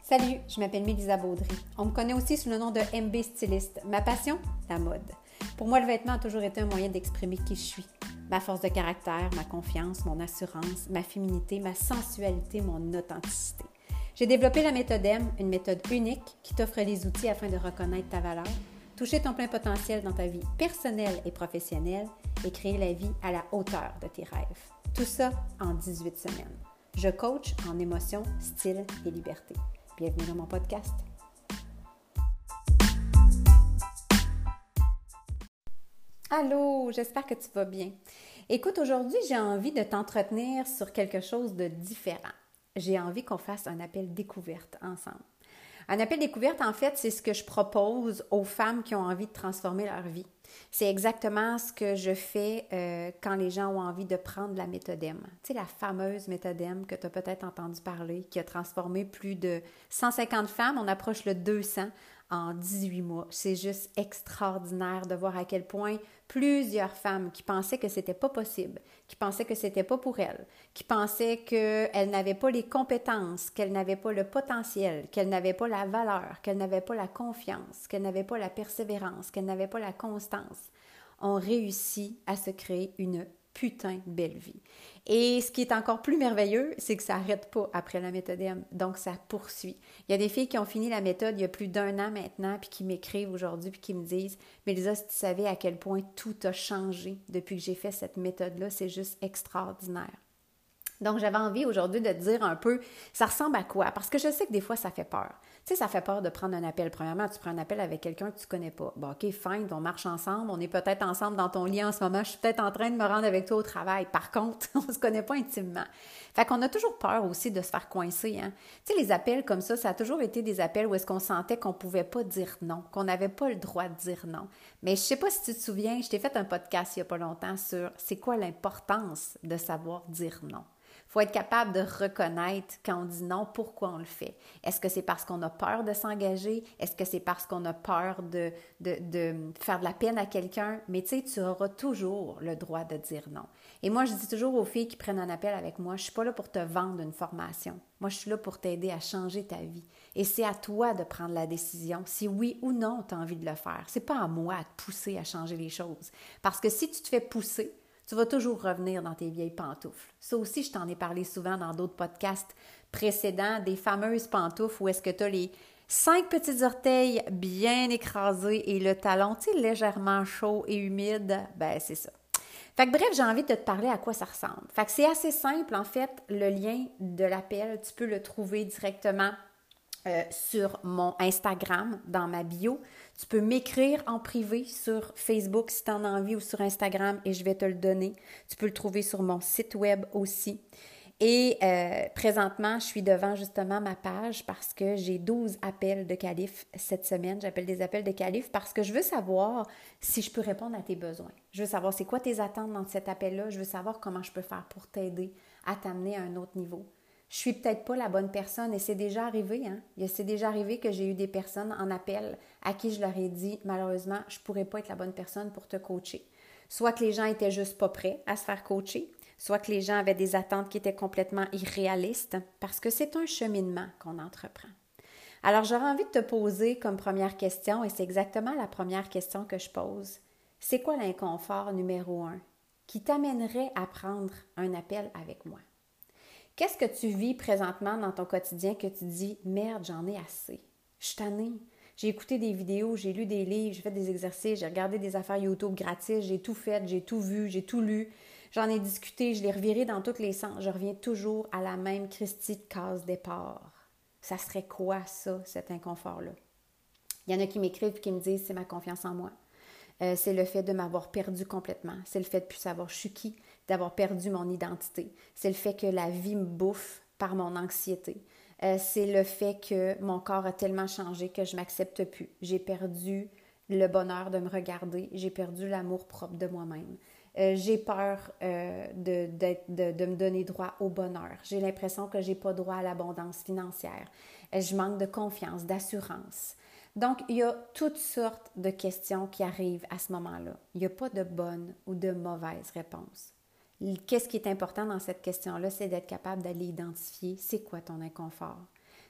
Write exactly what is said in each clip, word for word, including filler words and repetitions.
Salut, je m'appelle Mélisa Baudry. On me connaît aussi sous le nom de M B Styliste. Ma passion, la mode. Pour moi, le vêtement a toujours été un moyen d'exprimer qui je suis. Ma force de caractère, ma confiance, mon assurance, ma féminité, ma sensualité, mon authenticité. J'ai développé la méthode M, une méthode unique qui t'offre les outils afin de reconnaître ta valeur, toucher ton plein potentiel dans ta vie personnelle et professionnelle et créer la vie à la hauteur de tes rêves. Tout ça en dix-huit semaines. Je coach en émotion, style et liberté. Bienvenue dans mon podcast. Allô, j'espère que tu vas bien. Écoute, aujourd'hui, j'ai envie de t'entretenir sur quelque chose de différent. J'ai envie qu'on fasse un appel découverte ensemble. Un appel découverte, en fait, c'est ce que je propose aux femmes qui ont envie de transformer leur vie. C'est exactement ce que je fais euh, quand les gens ont envie de prendre la méthode M. Tu sais, la fameuse méthode M que tu as peut-être entendu parler, qui a transformé plus de cent cinquante femmes. On approche le deux cents en dix-huit mois. C'est juste extraordinaire de voir à quel point plusieurs femmes qui pensaient que c'était pas possible, qui pensaient que c'était pas pour elles, qui pensaient qu'elles n'avaient pas les compétences, qu'elles n'avaient pas le potentiel, qu'elles n'avaient pas la valeur, qu'elles n'avaient pas la confiance, qu'elles n'avaient pas la persévérance, qu'elles n'avaient pas la constance, ont réussi à se créer une putain de belle vie. Et ce qui est encore plus merveilleux, c'est que ça n'arrête pas après la méthode M, donc ça poursuit. Il y a des filles qui ont fini la méthode il y a plus d'un an maintenant, puis qui m'écrivent aujourd'hui, puis qui me disent « Mélisa, si tu savais à quel point tout a changé depuis que j'ai fait cette méthode-là, c'est juste extraordinaire. » Donc, j'avais envie aujourd'hui de te dire un peu, ça ressemble à quoi? Parce que je sais que des fois, ça fait peur. Tu sais, ça fait peur de prendre un appel. Premièrement, tu prends un appel avec quelqu'un que tu ne connais pas. Bon, OK, fine, on marche ensemble. On est peut-être ensemble dans ton lit en ce moment. Je suis peut-être en train de me rendre avec toi au travail. Par contre, on ne se connaît pas intimement. Fait qu'on a toujours peur aussi de se faire coincer, hein? Tu sais, les appels comme ça, ça a toujours été des appels où est-ce qu'on sentait qu'on ne pouvait pas dire non, qu'on n'avait pas le droit de dire non. Mais je ne sais pas si tu te souviens, je t'ai fait un podcast il n'y a pas longtemps sur c'est quoi l'importance de savoir dire non. Il faut être capable de reconnaître quand on dit non, pourquoi on le fait. Est-ce que c'est parce qu'on a peur de s'engager? Est-ce que c'est parce qu'on a peur de, de, de faire de la peine à quelqu'un? Mais tu sais, tu auras toujours le droit de dire non. Et moi, je dis toujours aux filles qui prennent un appel avec moi, je ne suis pas là pour te vendre une formation. Moi, je suis là pour t'aider à changer ta vie. Et c'est à toi de prendre la décision, si oui ou non tu as envie de le faire. Ce n'est pas à moi de te pousser à changer les choses. Parce que si tu te fais pousser, tu vas toujours revenir dans tes vieilles pantoufles. Ça aussi, je t'en ai parlé souvent dans d'autres podcasts précédents, des fameuses pantoufles où est-ce que tu as les cinq petits orteils bien écrasés et le talon, tu sais, légèrement chaud et humide. Ben, c'est ça. Fait que bref, j'ai envie de te parler à quoi ça ressemble. Fait que c'est assez simple, en fait, le lien de l'appel, tu peux le trouver directement Euh, sur mon Instagram, dans ma bio. Tu peux m'écrire en privé sur Facebook si tu en as envie ou sur Instagram et je vais te le donner. Tu peux le trouver sur mon site web aussi. Et euh, présentement, je suis devant justement ma page parce que j'ai douze appels de qualif cette semaine. J'appelle des appels de qualif parce que je veux savoir si je peux répondre à tes besoins. Je veux savoir c'est quoi tes attentes dans cet appel-là. Je veux savoir comment je peux faire pour t'aider à t'amener à un autre niveau. Je suis peut-être pas la bonne personne et c'est déjà arrivé, hein? C'est déjà arrivé que j'ai eu des personnes en appel à qui je leur ai dit, malheureusement, je pourrais pas être la bonne personne pour te coacher. Soit que les gens étaient juste pas prêts à se faire coacher, soit que les gens avaient des attentes qui étaient complètement irréalistes, parce que c'est un cheminement qu'on entreprend. Alors, j'aurais envie de te poser comme première question, et c'est exactement la première question que je pose. C'est quoi l'inconfort numéro un qui t'amènerait à prendre un appel avec moi? Qu'est-ce que tu vis présentement dans ton quotidien que tu dis « Merde, j'en ai assez. Je suis tannée. J'ai écouté des vidéos, j'ai lu des livres, j'ai fait des exercices, j'ai regardé des affaires YouTube gratis, j'ai tout fait, j'ai tout vu, j'ai tout lu. J'en ai discuté, je l'ai reviré dans tous les sens. Je reviens toujours à la même Christie de case départ. Ça serait quoi ça, cet inconfort-là? Il y en a qui m'écrivent et qui me disent « C'est ma confiance en moi. » Euh, c'est le fait de m'avoir perdu complètement. C'est le fait de ne plus savoir je suis qui, d'avoir perdu mon identité. C'est le fait que la vie me bouffe par mon anxiété. Euh, c'est le fait que mon corps a tellement changé que je ne m'accepte plus. J'ai perdu le bonheur de me regarder. J'ai perdu l'amour propre de moi-même. Euh, j'ai peur euh, de, d'être, de, de me donner droit au bonheur. J'ai l'impression que je n'ai pas droit à l'abondance financière. Euh, je manque de confiance, d'assurance. Donc, il y a toutes sortes de questions qui arrivent à ce moment-là. Il n'y a pas de bonne ou de mauvaise réponse. Qu'est-ce qui est important dans cette question-là, c'est d'être capable d'aller identifier c'est quoi ton inconfort.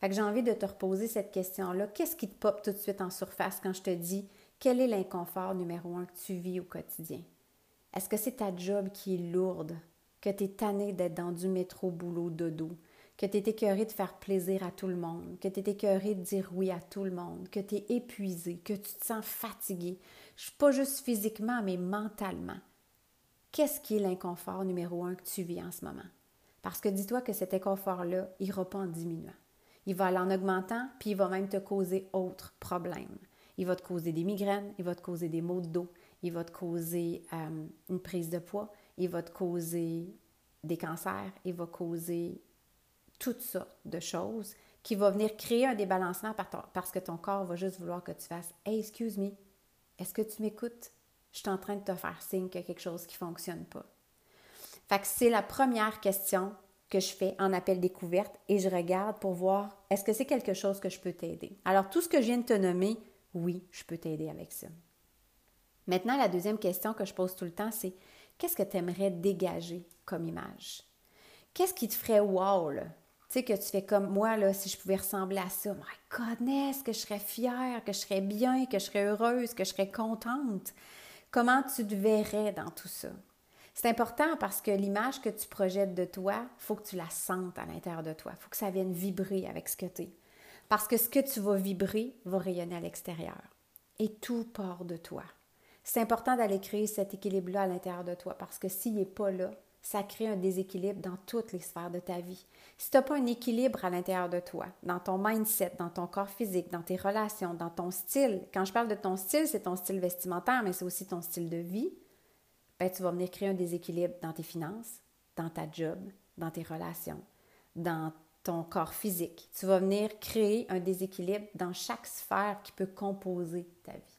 Fait que j'ai envie de te reposer cette question-là. Qu'est-ce qui te pop tout de suite en surface quand je te dis quel est l'inconfort numéro un que tu vis au quotidien? Est-ce que c'est ta job qui est lourde, que tu es tanné d'être dans du métro, boulot, dodo, que tu es écœuré de faire plaisir à tout le monde, que tu es écœuré de dire oui à tout le monde, que tu es épuisé, que tu te sens fatigué, pas juste physiquement, mais mentalement? Qu'est-ce qui est l'inconfort numéro un que tu vis en ce moment? Parce que dis-toi que cet inconfort-là n'ira pas en diminuant. Il va aller en augmentant, puis il va même te causer autres problèmes. Il va te causer des migraines, il va te causer des maux de dos, il va te causer euh, une prise de poids, il va te causer des cancers, il va causer toutes sortes de choses qui vont venir créer un débalancement parce que ton corps va juste vouloir que tu fasses « Hey, excuse me, est-ce que tu m'écoutes? Je suis en train de te faire signe qu'il y a quelque chose qui ne fonctionne pas. » Fait que c'est la première question que je fais en appel découverte et je regarde pour voir est-ce que c'est quelque chose que je peux t'aider. Alors, tout ce que je viens de te nommer, oui, je peux t'aider avec ça. Maintenant, la deuxième question que je pose tout le temps, c'est qu'est-ce que tu aimerais dégager comme image? Qu'est-ce qui te ferait wow, là? Tu sais, que tu fais comme moi, là, si je pouvais ressembler à ça, my goodness, que je serais fière, que je serais bien, que je serais heureuse, que je serais contente. Comment tu te verrais dans tout ça? C'est important parce que l'image que tu projettes de toi, il faut que tu la sentes à l'intérieur de toi. Il faut que ça vienne vibrer avec ce que tu es. Parce que ce que tu vas vibrer va rayonner à l'extérieur. Et tout part de toi. C'est important d'aller créer cet équilibre-là à l'intérieur de toi parce que s'il n'est pas là, ça crée un déséquilibre dans toutes les sphères de ta vie. Si tu n'as pas un équilibre à l'intérieur de toi, dans ton mindset, dans ton corps physique, dans tes relations, dans ton style, quand je parle de ton style, c'est ton style vestimentaire, mais c'est aussi ton style de vie, ben, tu vas venir créer un déséquilibre dans tes finances, dans ta job, dans tes relations, dans ton corps physique. Tu vas venir créer un déséquilibre dans chaque sphère qui peut composer ta vie.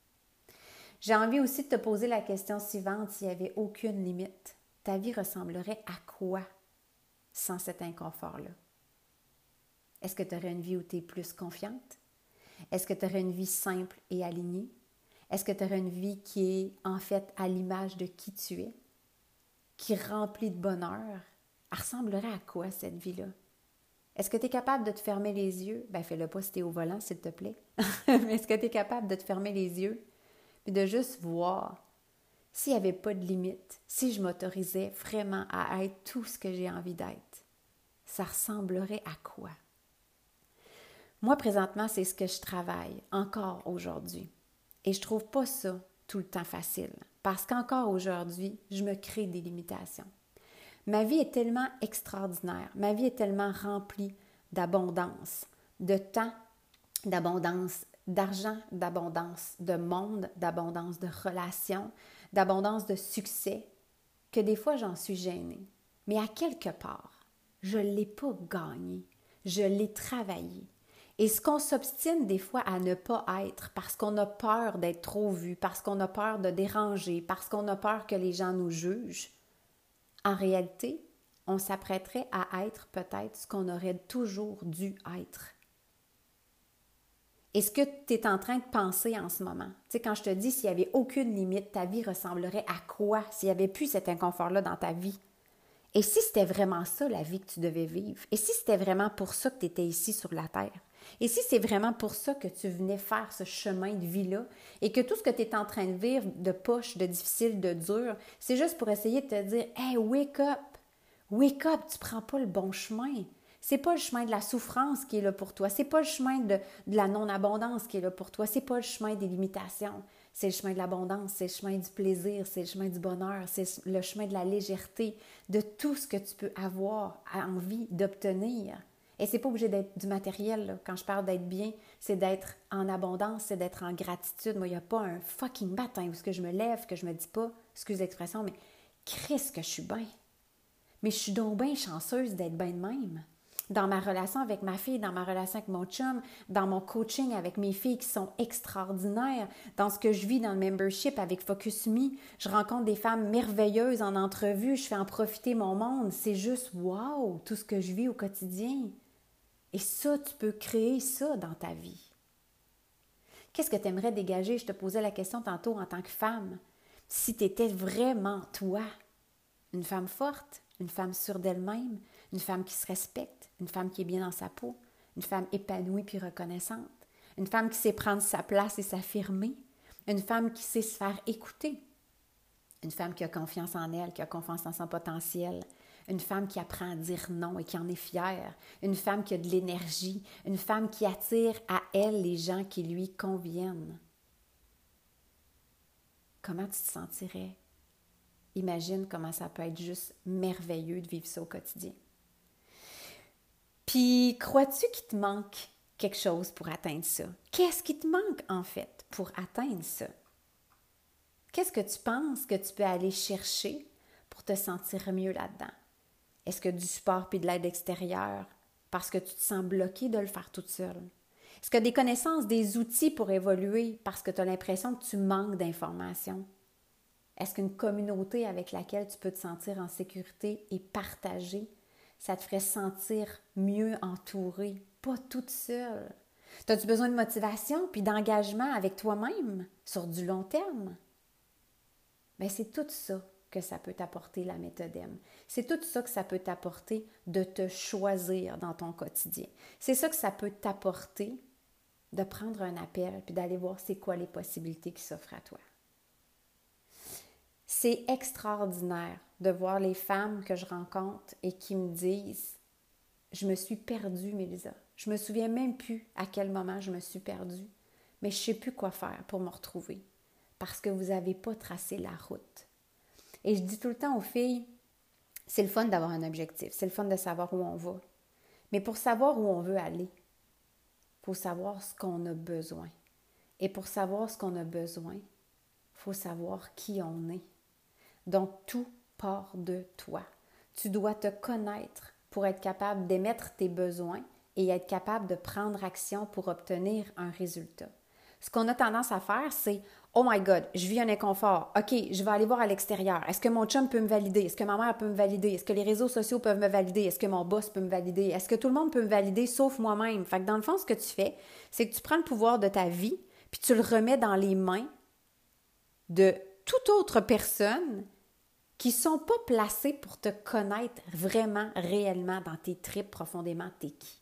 J'ai envie aussi de te poser la question suivante, s'il n'y avait aucune limite. Ta vie ressemblerait à quoi sans cet inconfort-là? Est-ce que tu aurais une vie où tu es plus confiante? Est-ce que tu aurais une vie simple et alignée? Est-ce que tu aurais une vie qui est en fait à l'image de qui tu es? Qui est remplie de bonheur? Elle ressemblerait à quoi cette vie-là? Est-ce que tu es capable de te fermer les yeux? Ben fais-le pas si tu es au volant, s'il te plaît. Mais est-ce que tu es capable de te fermer les yeux et de juste voir s'il n'y avait pas de limite, si je m'autorisais vraiment à être tout ce que j'ai envie d'être, ça ressemblerait à quoi? Moi, présentement, c'est ce que je travaille encore aujourd'hui. Et je trouve pas ça tout le temps facile, parce qu'encore aujourd'hui, je me crée des limitations. Ma vie est tellement extraordinaire, ma vie est tellement remplie d'abondance, de temps, d'abondance, d'argent, d'abondance, de monde, d'abondance, de relations, d'abondance de succès, que des fois j'en suis gênée. Mais à quelque part, je ne l'ai pas gagné, je l'ai travaillé. Et ce qu'on s'obstine des fois à ne pas être, parce qu'on a peur d'être trop vu, parce qu'on a peur de déranger, parce qu'on a peur que les gens nous jugent, en réalité, on s'apprêterait à être peut-être ce qu'on aurait toujours dû être. Et ce que tu es en train de penser en ce moment, tu sais, quand je te dis s'il n'y avait aucune limite, ta vie ressemblerait à quoi s'il n'y avait plus cet inconfort-là dans ta vie? Et si c'était vraiment ça la vie que tu devais vivre? Et si c'était vraiment pour ça que tu étais ici sur la Terre? Et si c'est vraiment pour ça que tu venais faire ce chemin de vie-là et que tout ce que tu es en train de vivre de poche, de difficile, de dur, c'est juste pour essayer de te dire « Hey, wake up! Wake up! Tu prends pas le bon chemin! » C'est pas le chemin de la souffrance qui est là pour toi. C'est pas le chemin de, de la non-abondance qui est là pour toi. C'est pas le chemin des limitations. C'est le chemin de l'abondance, c'est le chemin du plaisir, c'est le chemin du bonheur, c'est le chemin de la légèreté, de tout ce que tu peux avoir envie d'obtenir. Et c'est pas obligé d'être du matériel, là. Quand je parle d'être bien, c'est d'être en abondance, c'est d'être en gratitude. Moi, il n'y a pas un fucking matin où je me lève, que je me dis pas, excuse l'expression, mais Christ que je suis bien. Mais je suis donc bien chanceuse d'être bien de même. Dans ma relation avec ma fille, dans ma relation avec mon chum, dans mon coaching avec mes filles qui sont extraordinaires, dans ce que je vis dans le membership avec Focus Me, je rencontre des femmes merveilleuses en entrevue, je fais en profiter mon monde. C'est juste wow, tout ce que je vis au quotidien. Et ça, tu peux créer ça dans ta vie. Qu'est-ce que tu aimerais dégager? Je te posais la question tantôt en tant que femme. Si tu étais vraiment toi, une femme forte, une femme sûre d'elle-même, une femme qui se respecte, une femme qui est bien dans sa peau, une femme épanouie puis reconnaissante, une femme qui sait prendre sa place et s'affirmer, une femme qui sait se faire écouter, une femme qui a confiance en elle, qui a confiance en son potentiel, une femme qui apprend à dire non et qui en est fière, une femme qui a de l'énergie, une femme qui attire à elle les gens qui lui conviennent. Comment tu te sentirais? Imagine comment ça peut être juste merveilleux de vivre ça au quotidien. Puis, crois-tu qu'il te manque quelque chose pour atteindre ça? Qu'est-ce qui te manque, en fait, pour atteindre ça? Qu'est-ce que tu penses que tu peux aller chercher pour te sentir mieux là-dedans? Est-ce que du support puis de l'aide extérieure parce que tu te sens bloqué de le faire toute seule? Est-ce que des connaissances, des outils pour évoluer parce que tu as l'impression que tu manques d'informations? Est-ce qu'une communauté avec laquelle tu peux te sentir en sécurité et partager, ça te ferait sentir mieux entourée, pas toute seule? As-tu besoin de motivation puis d'engagement avec toi-même sur du long terme? Bien, c'est tout ça que ça peut t'apporter la méthode M. C'est tout ça que ça peut t'apporter de te choisir dans ton quotidien. C'est ça que ça peut t'apporter de prendre un appel puis d'aller voir c'est quoi les possibilités qui s'offrent à toi. C'est extraordinaire de voir les femmes que je rencontre et qui me disent « Je me suis perdue, Mélisa. Je me souviens même plus à quel moment je me suis perdue, mais je ne sais plus quoi faire pour me retrouver parce que vous n'avez pas tracé la route. » Et je dis tout le temps aux filles, c'est le fun d'avoir un objectif, c'est le fun de savoir où on va. Mais pour savoir où on veut aller, il faut savoir ce qu'on a besoin. Et pour savoir ce qu'on a besoin, il faut savoir qui on est. Donc, tout part de toi. Tu dois te connaître pour être capable d'émettre tes besoins et être capable de prendre action pour obtenir un résultat. Ce qu'on a tendance à faire, c'est « Oh my God, je vis un inconfort. OK, je vais aller voir à l'extérieur. Est-ce que mon chum peut me valider? Est-ce que ma mère peut me valider? Est-ce que les réseaux sociaux peuvent me valider? Est-ce que mon boss peut me valider? Est-ce que tout le monde peut me valider sauf moi-même? » Fait que dans le fond, ce que tu fais, c'est que tu prends le pouvoir de ta vie puis tu le remets dans les mains de toute autre personne qui ne sont pas placées pour te connaître vraiment, réellement dans tes tripes profondément, t'es qui.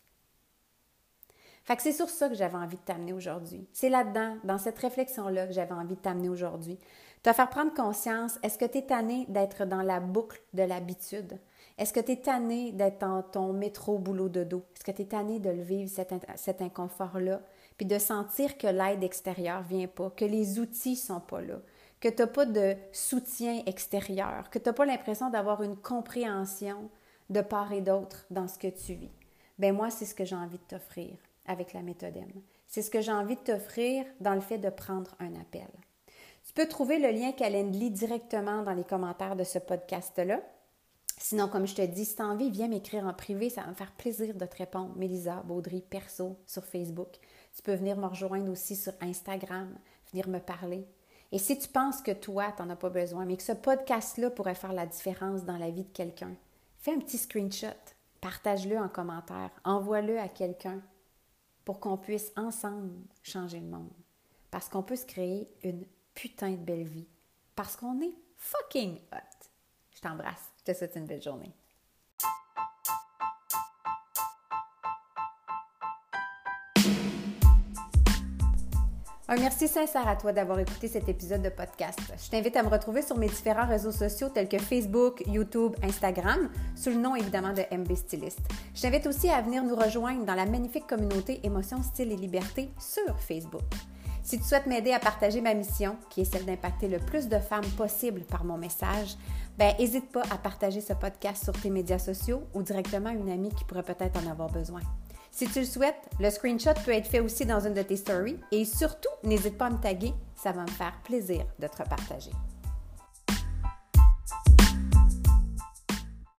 Fait que c'est sur ça que j'avais envie de t'amener aujourd'hui. C'est là-dedans, dans cette réflexion-là que j'avais envie de t'amener aujourd'hui. Te faire prendre conscience, est-ce que tu es tanné d'être dans la boucle de l'habitude? Est-ce que tu es tanné d'être dans ton métro boulot dodo? Est-ce que tu es tanné de le vivre, cet, cet inconfort-là? Puis de sentir que l'aide extérieure ne vient pas, que les outils ne sont pas là, que tu n'as pas de soutien extérieur, que tu n'as pas l'impression d'avoir une compréhension de part et d'autre dans ce que tu vis. Bien, moi, c'est ce que j'ai envie de t'offrir avec la méthode M. C'est ce que j'ai envie de t'offrir dans le fait de prendre un appel. Tu peux trouver le lien Calendly directement dans les commentaires de ce podcast-là. Sinon, comme je te dis, si tu as envie, viens m'écrire en privé, ça va me faire plaisir de te répondre. Mélisa Baudry Perso sur Facebook. Tu peux venir me rejoindre aussi sur Instagram, venir me parler. Et si tu penses que toi, tu n'en as pas besoin, mais que ce podcast-là pourrait faire la différence dans la vie de quelqu'un, fais un petit screenshot, partage-le en commentaire, envoie-le à quelqu'un pour qu'on puisse ensemble changer le monde. Parce qu'on peut se créer une putain de belle vie. Parce qu'on est fucking hot. Je t'embrasse. Je te souhaite une belle journée. Un merci sincère à toi d'avoir écouté cet épisode de podcast. Je t'invite à me retrouver sur mes différents réseaux sociaux tels que Facebook, YouTube, Instagram, sous le nom évidemment de M B Stylist. Je t'invite aussi à venir nous rejoindre dans la magnifique communauté Émotion, Style et Liberté sur Facebook. Si tu souhaites m'aider à partager ma mission, qui est celle d'impacter le plus de femmes possible par mon message, ben n'hésite pas à partager ce podcast sur tes médias sociaux ou directement à une amie qui pourrait peut-être en avoir besoin. Si tu le souhaites, le screenshot peut être fait aussi dans une de tes stories et surtout, n'hésite pas à me taguer, ça va me faire plaisir de te repartager.